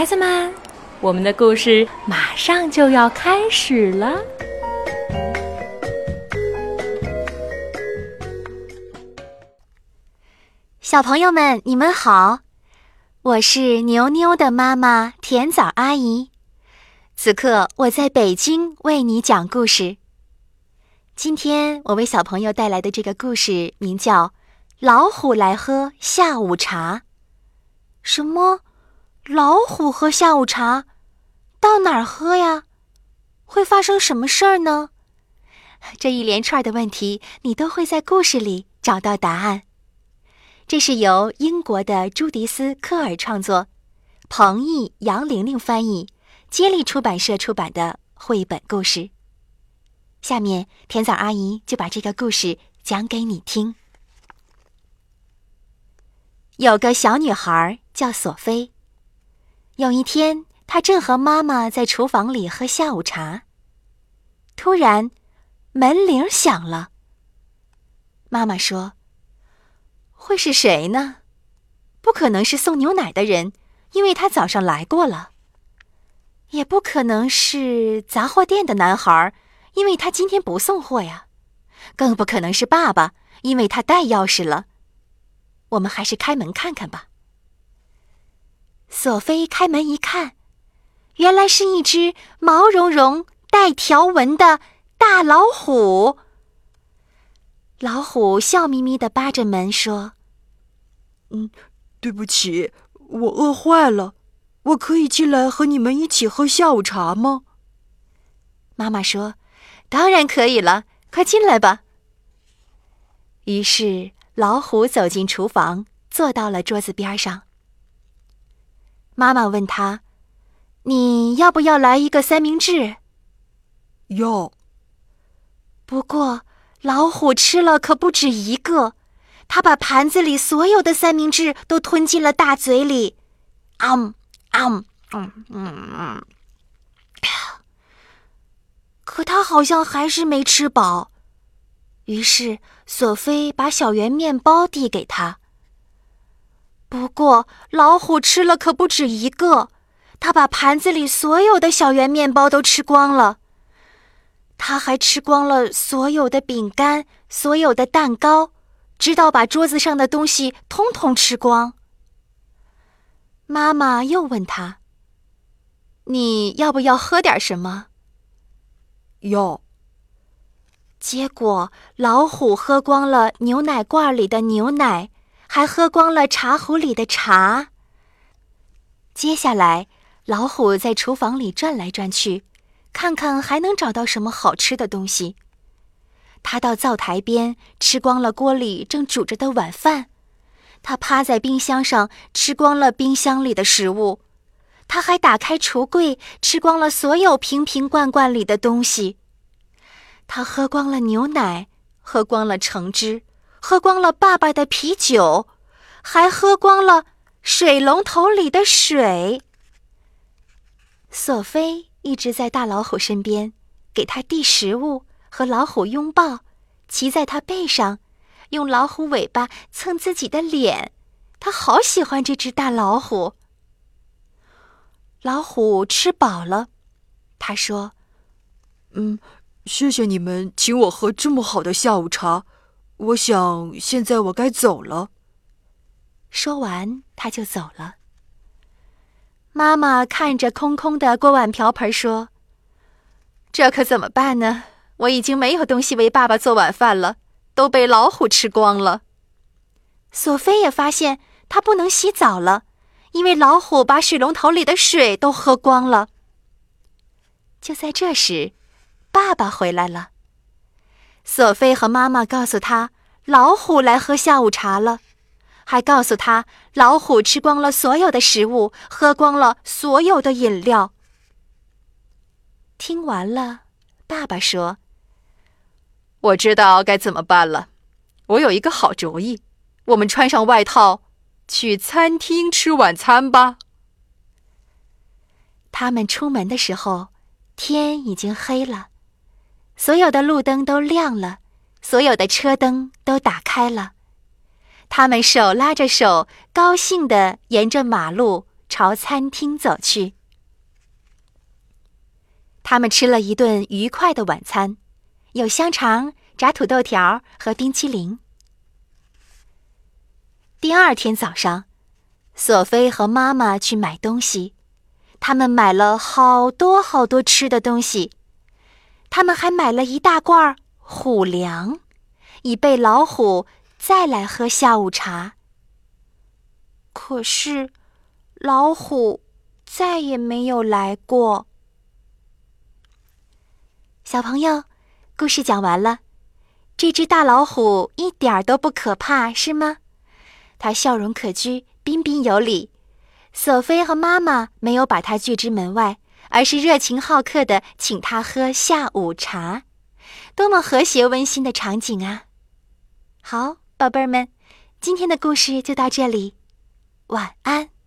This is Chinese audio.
孩子们，我们的故事马上就要开始了。 小朋友们，你们好，我是牛妞的妈妈甜枣阿姨。此刻我在北京为你讲故事。今天我为小朋友带来的这个故事名叫《老虎来喝下午茶》。什么？老虎喝下午茶？到哪儿喝呀？会发生什么事儿呢？这一连串的问题，你都会在故事里找到答案。这是由英国的朱迪斯·科尔创作，彭毅、杨玲玲翻译，接力出版社出版的绘本故事。下面甜枣阿姨就把这个故事讲给你听。有个小女孩叫索菲，有一天她正和妈妈在厨房里喝下午茶，突然门铃响了。妈妈说，会是谁呢？不可能是送牛奶的人，因为他早上来过了。也不可能是杂货店的男孩，因为他今天不送货呀。更不可能是爸爸，因为他带钥匙了。我们还是开门看看吧。索菲开门一看，原来是一只毛茸茸带条纹的大老虎。老虎笑眯眯地扒着门说， 对不起，我饿坏了，我可以进来和你们一起喝下午茶吗？ 妈妈说，当然可以了，快进来吧。于是老虎走进厨房，坐到了桌子边上。妈妈问他，你要不要来一个三明治？ 要。 不过老虎吃了可不止一个，他把盘子里所有的三明治都吞进了大嘴里。可他好像还是没吃饱。于是索菲把小圆面包递给他。不过老虎吃了可不止一个，他把盘子里所有的小圆面包都吃光了。他还吃光了所有的饼干，所有的蛋糕，直到把桌子上的东西通通吃光。妈妈又问他，你要不要喝点什么？ 要。 结果老虎喝光了牛奶罐里的牛奶，还喝光了茶壶里的茶。接下来老虎在厨房里转来转去，看看还能找到什么好吃的东西。他到灶台边吃光了锅里正煮着的晚饭，他趴在冰箱上吃光了冰箱里的食物，他还打开橱柜吃光了所有瓶瓶罐罐里的东西。他喝光了牛奶，喝光了橙汁，喝光了爸爸的啤酒，还喝光了水龙头里的水。索菲一直在大老虎身边，给他递食物，和老虎拥抱，骑在他背上，用老虎尾巴蹭自己的脸。他好喜欢这只大老虎。老虎吃饱了，他说， 谢谢你们请我喝这么好的下午茶，我想现在我该走了。 说完他就走了。妈妈看着空空的锅碗瓢盆说，这可怎么办呢？我已经没有东西为爸爸做晚饭了，都被老虎吃光了。索菲也发现她不能洗澡了，因为老虎把水龙头里的水都喝光了。就在这时，爸爸回来了。索菲和妈妈告诉他，老虎来喝下午茶了，还告诉他老虎吃光了所有的食物，喝光了所有的饮料。听完了，爸爸说，我知道该怎么办了，我有一个好主意，我们穿上外套去餐厅吃晚餐吧。他们出门的时候，天已经黑了，所有的路灯都亮了，所有的车灯都打开了。他们手拉着手，高兴地沿着马路朝餐厅走去。他们吃了一顿愉快的晚餐，有香肠、炸土豆条和冰淇淋。第二天早上，索菲和妈妈去买东西，他们买了好多好多吃的东西。他们还买了一大罐虎粮，以备老虎再来喝下午茶。可是，老虎再也没有来过。小朋友，故事讲完了。这只大老虎一点儿都不可怕，是吗？它笑容可掬，彬彬有礼。索菲和妈妈没有把它拒之门外，而是热情好客地请它喝下午茶。多么和谐温馨的场景啊！好，宝贝儿们，今天的故事就到这里，晚安。